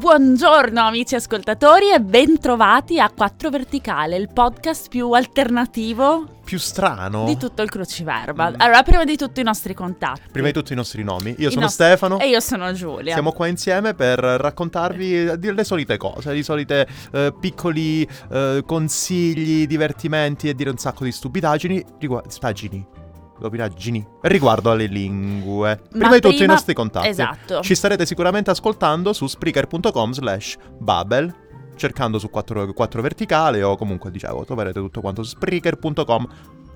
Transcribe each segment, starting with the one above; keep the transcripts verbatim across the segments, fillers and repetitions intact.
Buongiorno amici ascoltatori e bentrovati a Quattro Verticale, il podcast più alternativo, più strano di tutto il cruciverba. Allora, prima di tutto i nostri contatti. Prima di tutto i nostri nomi. Io I sono nostri... Stefano. E io sono Giulia. Siamo qua insieme per raccontarvi le solite cose, le solite eh, piccoli eh, consigli, divertimenti e dire un sacco di stupidaggini riguardo stagini. Stupidaggini riguardo alle lingue. Prima Ma di tutto prima... i nostri contatti. Esatto. Ci starete sicuramente ascoltando su spreaker.com slash Babel, cercando su quattro, quattro verticale, o comunque dicevo troverete tutto quanto su spreaker.com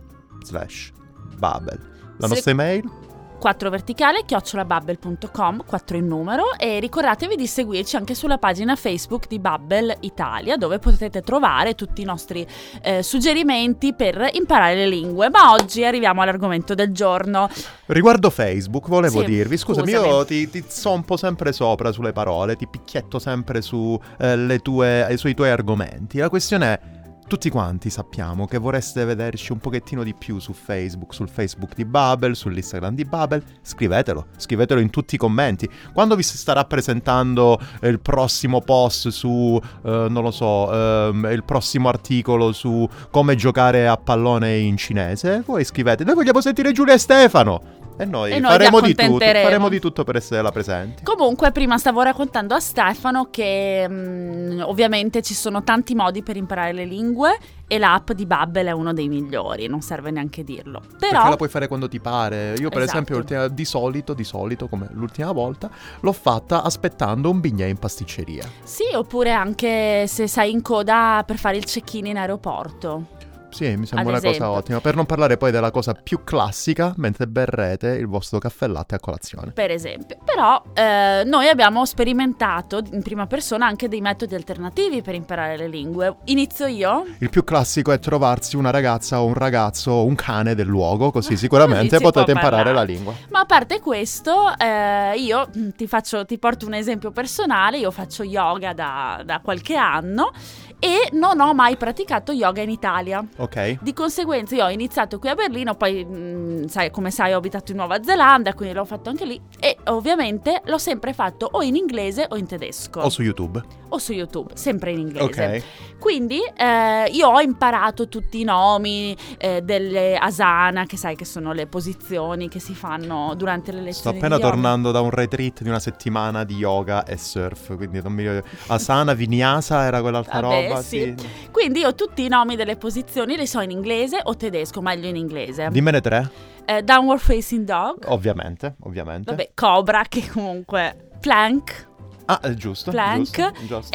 slash Babel. La Se... nostra email quattro verticale chiocciola babbel punto com, quattro in numero, e ricordatevi di seguirci anche sulla pagina Facebook di Babbel Italia, dove potete trovare tutti i nostri eh, suggerimenti per imparare le lingue. Ma oggi arriviamo all'argomento del giorno. Riguardo Facebook volevo sì, dirvi, scusami, scusami. io ti, ti zompo sempre sopra sulle parole, ti picchietto sempre su, eh, le tue, eh, sui tuoi argomenti. La questione è: tutti quanti sappiamo che vorreste vederci un pochettino di più su Facebook, sul Facebook di Babel, sull'Instagram di Babel. Scrivetelo, scrivetelo in tutti i commenti. Quando vi si starà presentando il prossimo post su, eh, non lo so, eh, il prossimo articolo su come giocare a pallone in cinese, voi scrivete: noi vogliamo sentire Giulia e Stefano. E noi, E noi faremo vi di tutto, accontenteremo. faremo di tutto per essere là presenti. Comunque, prima stavo raccontando a Stefano che mh, ovviamente ci sono tanti modi per imparare le lingue e l'app di Babbel è uno dei migliori, non serve neanche dirlo. Però Perché la puoi fare quando ti pare. Io per Esatto. esempio ultima- di solito, di solito, come l'ultima volta, l'ho fatta aspettando un bignè in pasticceria. sì, oppure anche se sei in coda per fare il check-in in aeroporto. Sì, mi sembra Ad una esempio. cosa ottima. Per non parlare poi della cosa più classica, mentre berrete il vostro caffè latte a colazione. Per esempio. Però eh, noi abbiamo sperimentato in prima persona anche dei metodi alternativi per imparare le lingue. Inizio io? Il più classico è trovarsi una ragazza o un ragazzo o un cane del luogo, così sicuramente Così si potete può imparare parlare. la lingua. Ma a parte questo, eh, io ti faccio, ti porto un esempio personale. Io faccio yoga da, da qualche anno e non ho mai praticato yoga in Italia. Ok? Di conseguenza io ho iniziato qui a Berlino, poi mh, sai, come sai ho abitato in Nuova Zelanda, quindi l'ho fatto anche lì, e ovviamente l'ho sempre fatto o in inglese o in tedesco. O su YouTube. O su YouTube, sempre in inglese. Ok. Quindi eh, io ho imparato tutti i nomi eh, delle asana, che sai che sono le posizioni che si fanno durante le Sto lezioni appena di yoga. tornando da un retreat di una settimana di yoga e surf, quindi non mi ricordo. Asana, Vinyasa era quell'altra Vabbè, roba, sì. sì. Quindi io tutti i nomi delle posizioni li so in inglese o tedesco, meglio in inglese. Dimmene tre, Eh, downward facing dog. ovviamente, ovviamente. Vabbè, Cobra, che comunque plank, Ah, è giusto, plank, giusto, giusto.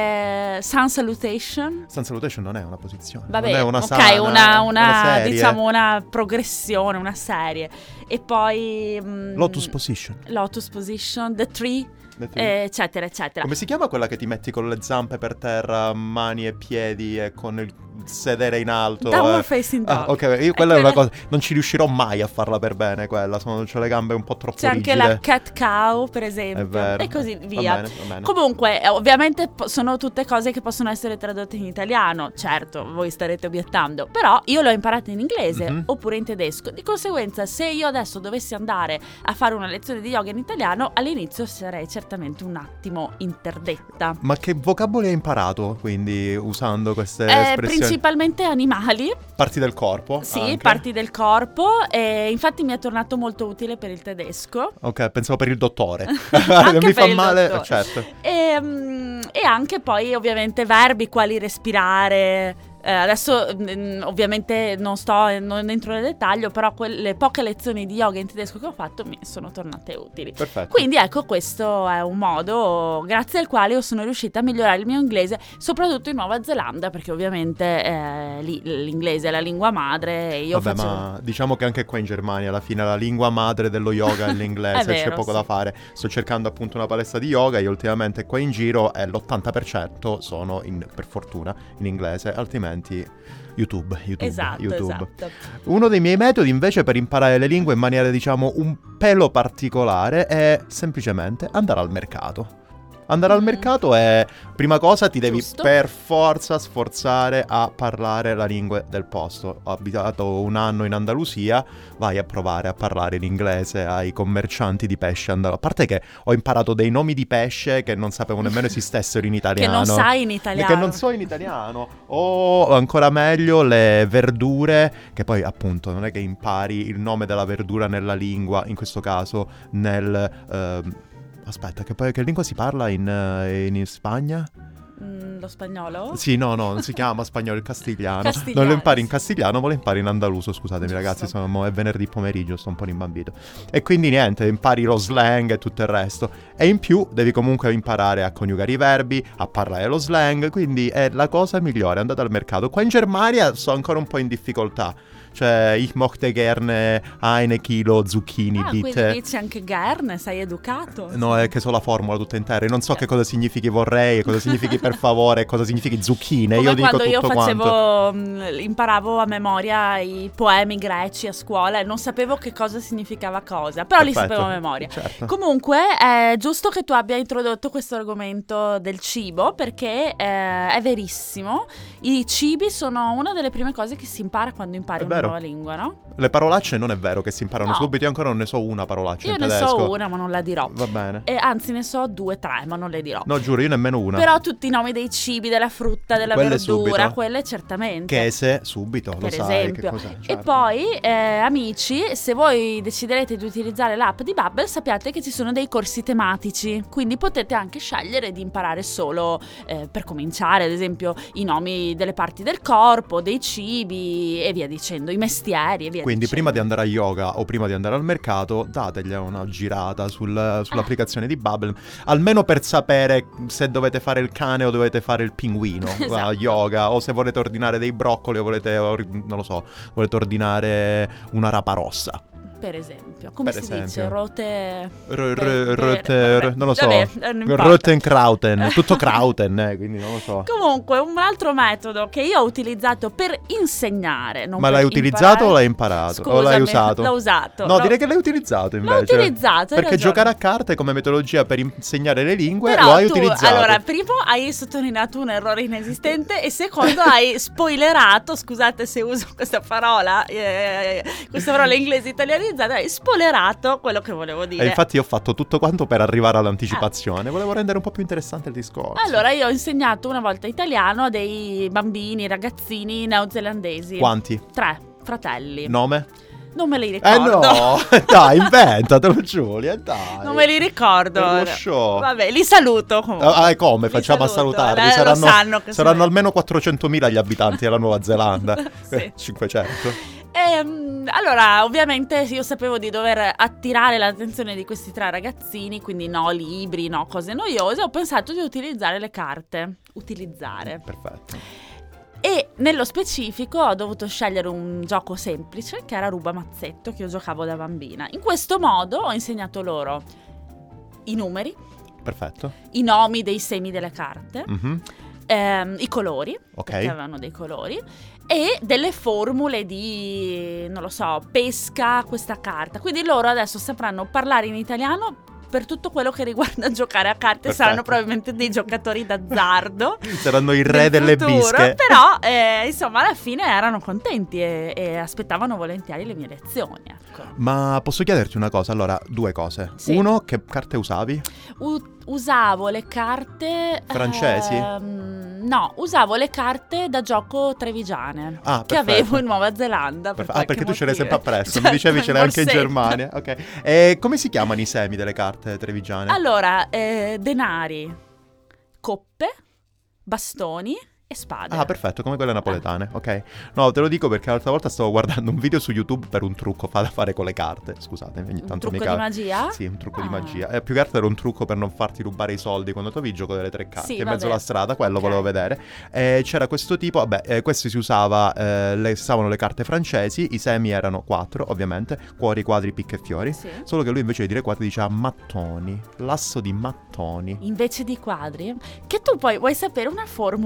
e sun salutation. Sun salutation non è una posizione, Vabbè, non è una ok, sana, una, è una, serie. diciamo una progressione, una serie. E poi mm, Lotus position. Lotus position, the tree, The tree. eh, eccetera, eccetera. Come si chiama quella che ti metti con le zampe per terra, mani e piedi e con il sedere in alto? Downward eh. facing dog. Ah, ok, io quella è una cosa, non ci riuscirò mai a farla per bene quella, sono, c'ho le gambe un po' troppo C'è anche rigide. la cat cow, per esempio, È vero. e così Va via. bene, va bene. Comunque, eh, ovviamente po- sono tutte cose che possono essere tradotte in italiano. Certo, voi starete obiettando, però io l'ho imparata in inglese Mhm. oppure in tedesco. Di conseguenza, se io adesso dovessi andare a fare una lezione di yoga in italiano, all'inizio sarei certamente un attimo interdetta. Ma che vocaboli hai imparato, quindi, usando queste Eh, espressioni? principalmente animali. Parti del corpo? Sì, anche? parti del corpo, e infatti mi è tornato molto utile per il tedesco. Ok, pensavo per il dottore. Anche Mi per fa il male, dottore. certo. E, mm, e anche poi ovviamente verbi quali respirare. Eh, adesso mm, ovviamente non sto, non entro nel dettaglio, però quelle poche lezioni di yoga in tedesco che ho fatto mi sono tornate utili. Perfetto. Quindi ecco, questo è un modo grazie al quale io sono riuscita a migliorare il mio inglese, soprattutto in Nuova Zelanda, perché ovviamente eh, lì l'inglese è la lingua madre e io Vabbè, facevo... ma diciamo che anche qua in Germania alla fine la lingua madre dello yoga è l'inglese, È vero, c'è poco sì. da fare. Sto cercando appunto una palestra di yoga, io ultimamente qua in giro e l'ottanta per cento sono, in, per fortuna, in inglese, altrimenti YouTube, YouTube, Esatto, YouTube. esatto. Uno dei miei metodi invece per imparare le lingue in maniera diciamo un pelo particolare è semplicemente andare al mercato. Andare Mm. al mercato è, prima cosa, ti devi Giusto. per forza sforzare a parlare la lingua del posto. Ho abitato un anno in Andalusia, vai a provare a parlare l'inglese ai commercianti di pesce andalusi. A parte che ho imparato dei nomi di pesce che non sapevo nemmeno esistessero in Che italiano. non sai in italiano. Che non so in italiano. O ancora meglio le verdure, che poi appunto non è che impari il nome della verdura nella lingua, in questo caso nel... ehm, aspetta, che poi che lingua si parla in, eh, in Spagna? Mm, lo spagnolo? Sì, no, no, non si chiama spagnolo, il castigliano. Castigliano, Non lo impari in sì. castigliano, ma lo impari in andaluso, scusatemi Giusto. ragazzi, sono, mo è venerdì pomeriggio, sto un po' rimbambito. E quindi niente, impari lo slang e tutto il resto. E in più devi comunque imparare a coniugare i verbi, a parlare lo slang, quindi è la cosa migliore, andate al mercato. Qua in Germania sto ancora un po' in difficoltà. Cioè, ich möchte gerne eine Kilo zucchini, Ah, bitte. quindi dici anche Gerne, sei educato. No, è che so la formula tutta intera. Io non so Ok. che cosa significhi vorrei, cosa significhi per favore, cosa significhi zucchine. Come Io dico quando io tutto facevo, quanto. mh, imparavo a memoria i poemi greci a scuola e non sapevo che cosa significava cosa, però li Perfetto. sapevo a memoria. Certo. Comunque è giusto che tu abbia introdotto questo argomento del cibo perché eh, è verissimo. I cibi sono una delle prime cose che si impara quando impari È una vero. nuova lingua, no? Le parolacce non è vero che si imparano No. subito. Io ancora non ne so una parolaccia Io in ne tedesco. so una, ma non la dirò. Va bene. E anzi, ne so due, tre, ma non le dirò. No, giuro, io nemmeno una. Però tutti i nomi dei cibi, della frutta, della Quelle verdura, subito. quelle certamente. Chese, subito, lo Per sai esempio. che cos'è. E certo. poi, eh, amici, se voi deciderete di utilizzare l'app di Babbel, sappiate che ci sono dei corsi tematici, quindi potete anche scegliere di imparare solo eh, per cominciare, ad esempio, i nomi delle parti del corpo, dei cibi e via dicendo, i mestieri e via Quindi dicendo. prima di andare a yoga o prima di andare al mercato, dategli una girata sul- sull'applicazione di Babbel, almeno per sapere se dovete fare il cane o dovete fare il pinguino a Esatto. yoga, o se volete ordinare dei broccoli o volete, or- non lo so, volete ordinare una rapa rossa. Per esempio, come Per si esempio. dice? Rote... R- r- per- rote- vabbè, non lo so, vabbè, non importa. Rottenkrauten, tutto Krauten, eh, quindi non lo so. Comunque, un altro metodo che io ho utilizzato per insegnare, non Ma per l'hai utilizzato imparare- o l'hai imparato? o l'hai Scusami, usato? l'ho usato. No, L'ho- direi che l'hai utilizzato L'ho invece. utilizzato, hai Perché ragione. giocare a carte come metodologia per insegnare le lingue Però lo hai tu, utilizzato. allora, primo hai sottolineato un errore inesistente e secondo hai spoilerato, scusate se uso questa parola, eh, questa parola inglese italianizzata, hai spoilerato quello che volevo dire. E infatti ho fatto tutto quanto per arrivare all'anticipazione. Volevo rendere un po' più interessante il discorso. Allora, io ho insegnato una volta italiano a dei bambini, ragazzini neozelandesi. Quanti? Tre fratelli. Nome? Non me li Eh ricordo. no, dai, inventatelo Giulia, dai. Non me li ricordo. Per lo show. Vabbè, li saluto comunque. Ah, e come? Li Facciamo a saluto. salutarli? Eh, Saranno, lo sanno che saranno sono- almeno quattrocentomila gli abitanti della Nuova Zelanda. Sì. Eh, cinquecento. Ehm, allora, ovviamente io sapevo di dover attirare l'attenzione di questi tre ragazzini, quindi no libri, no cose noiose, ho pensato di utilizzare le carte. Utilizzare. Perfetto. E nello specifico ho dovuto scegliere un gioco semplice che era ruba mazzetto, che io giocavo da bambina. In questo modo ho insegnato loro i numeri, Perfetto. i nomi dei semi delle carte, Mhm. ehm, i colori, Ok. perché avevano dei colori, e delle formule di, non lo so, pesca questa carta. Quindi loro adesso sapranno parlare in italiano per tutto quello che riguarda giocare a carte. Perfetto. Saranno probabilmente dei giocatori d'azzardo. Saranno i re del delle futuro, bische. Però eh, insomma alla fine erano contenti e, e aspettavano volentieri le mie lezioni, ecco. Ma posso chiederti una cosa? Allora, due cose. Sì. Uno, che carte usavi? U- usavo le carte Francesi? ehm, no, usavo le carte da gioco trevigiane Ah, che perfetto. avevo in Nuova Zelanda per Perfe- ah, perché tu ce l'hai motivi. sempre appresso. Certo, Mi dicevi ce l'hai anche in borsetto. Germania. Ok. E come si chiamano i semi delle carte trevigiane? Allora, eh, denari, coppe, bastoni e spade. Ah, perfetto, come quelle napoletane, ok. No, te lo dico perché l'altra volta stavo guardando un video su YouTube per un trucco fa- da fare con le carte. Scusatemi, ogni Un tanto trucco mi di ca- magia? Sì, un trucco Ah. di magia. Eh, più che altro era un trucco per non farti rubare i soldi quando tu avevi il gioco delle tre carte Sì, in mezzo vabbè. alla strada, quello Ok. volevo vedere. Eh, c'era questo tipo, vabbè, eh, questo si usava, eh, le, si usavano le carte francesi, i semi erano quattro, ovviamente, cuori, quadri, picche e fiori. Sì. Solo che lui invece di dire quadri diceva mattoni, l'asso di mattoni. Invece di quadri, che tu poi vuoi sapere una formula dei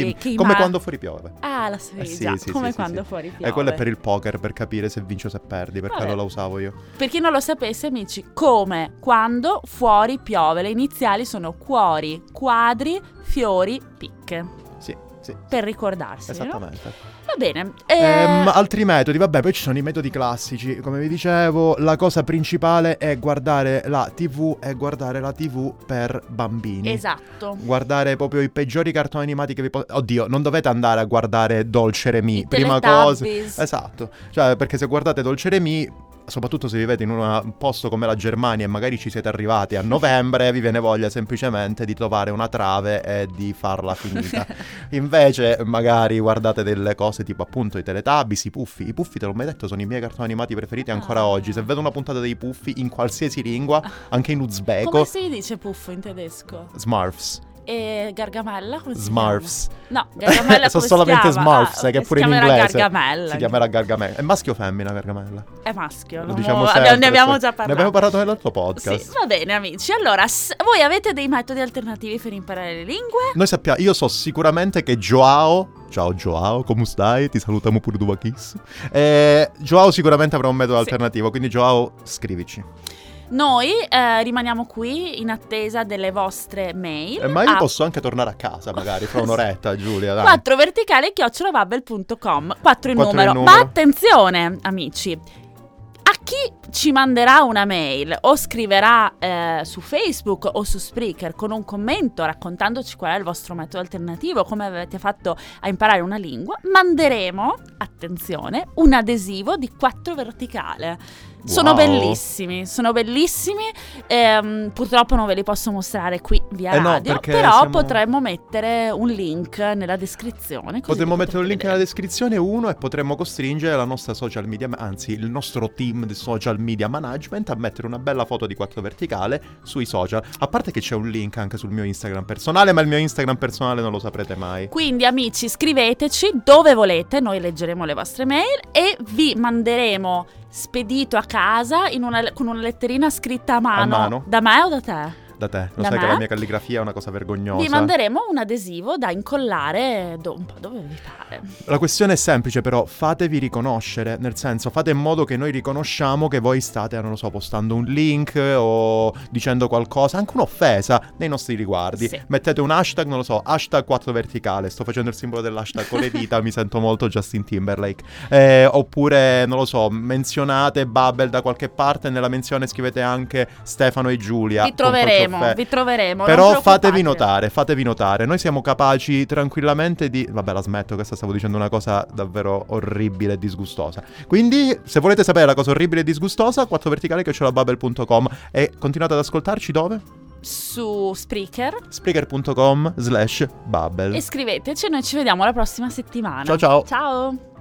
quindi, che come ma- quando fuori piove. Ah, la sapevi Eh sì, già, sì, come sì, sì, quando sì. fuori piove. E quello è per il poker, per capire se vinci o se perdi, per Vabbè. quello la usavo io. Per chi non lo sapesse, amici, come, quando, fuori, piove. Le iniziali sono cuori, quadri, fiori, picche. Sì, sì. Per ricordarsi, Esattamente. no? Va bene. Eh... Ehm, altri metodi, vabbè, poi ci sono i metodi classici. Come vi dicevo, la cosa principale è guardare la tivù e guardare la tivù per bambini. Esatto. Guardare proprio i peggiori cartoni animati che vi possono... Oddio, non dovete andare a guardare Dolce Remi, I prima cosa. Teletubbies. Esatto. Cioè, perché se guardate Dolce Remi, soprattutto se vivete in un posto come la Germania e magari ci siete arrivati a novembre, vi viene voglia semplicemente di trovare una trave e di farla finita. Invece magari guardate delle cose tipo appunto i Teletubbies, i Puffi. I Puffi, te l'ho mai detto, sono i miei cartoni animati preferiti ancora Ah. oggi. Se vedo una puntata dei Puffi in qualsiasi lingua, anche in uzbeko, Come si dice puffo in tedesco? Smurfs. E Gargamella? Come si Smurfs. chiama? No, Gargamella Sono come solamente si chiama? Smurfs, Ah, che si pure in chiamerà inglese Gargamella. si chiamerà Gargamella. È maschio o femmina Gargamella? È maschio, Lo no? diciamo Abbiamo- sempre, ne abbiamo sì. già parlato. Ne abbiamo parlato nell'altro podcast. Sì, va bene amici. Allora, s- voi avete dei metodi alternativi per imparare le lingue? Noi sappiamo, io so sicuramente che Joao, ciao Joao, come stai? Ti salutiamo pure tu, Kiss. Eh, Joao sicuramente avrà un metodo Sì. alternativo, quindi Joao, scrivici. Noi eh, rimaniamo qui in attesa delle vostre mail. Eh, ma io a posso anche tornare a casa, magari, fra un'oretta, Giulia, dai. quattro verticali chiocciola babbel punto com. quattro in Quattro numero. in numero. Ma attenzione, amici. A chi ci manderà una mail o scriverà eh, su Facebook o su Spreaker con un commento raccontandoci qual è il vostro metodo alternativo, come avete fatto a imparare una lingua, manderemo, attenzione, un adesivo di quattro verticale. Sono Wow. bellissimi, sono bellissimi. Ehm, purtroppo non ve li posso mostrare qui via Eh no, radio, perché però siamo- potremmo mettere un link nella descrizione. così Potremmo li mettere un potete link nella vedere. descrizione, uno, e potremmo costringere la nostra social media, anzi il nostro team di social media management a mettere una bella foto di quattro verticale sui social. A parte che c'è un link anche sul mio Instagram personale, ma il mio Instagram personale non lo saprete mai. Quindi amici, scriveteci dove volete, noi leggeremo le vostre mail e vi manderemo spedito a casa in una- con una letterina scritta a mano. A mano. Da me o da te? Da te, lo Da sai che me? la mia calligrafia è una cosa vergognosa. Vi manderemo un adesivo da incollare do- un po' dove vi pare. La questione è semplice, però fatevi riconoscere, nel senso fate in modo che noi riconosciamo che voi state, non lo so, postando un link o dicendo qualcosa, anche un'offesa nei nostri riguardi. Sì. Mettete un hashtag, non lo so, hashtag quattro verticale, sto facendo il simbolo dell'hashtag con le dita, mi sento molto Justin Timberlake. Eh, oppure, non lo so, menzionate Babbel da qualche parte e nella menzione scrivete anche Stefano e Giulia. Vi con qualche troveremo, offe- vi troveremo. Però non fatevi preoccupate. notare, fatevi notare, noi siamo capaci tranquillamente di... Vabbè, la smetto, questa stavo dicendo una cosa davvero orribile e disgustosa. Quindi, se volete sapere la cosa orribile e disgustosa, quattro verticali chiocciola babbel punto com. E continuate ad ascoltarci dove? Su Spreaker Spreaker punto com slash babbel. e scriveteci e noi ci vediamo la prossima settimana. Ciao ciao. Ciao.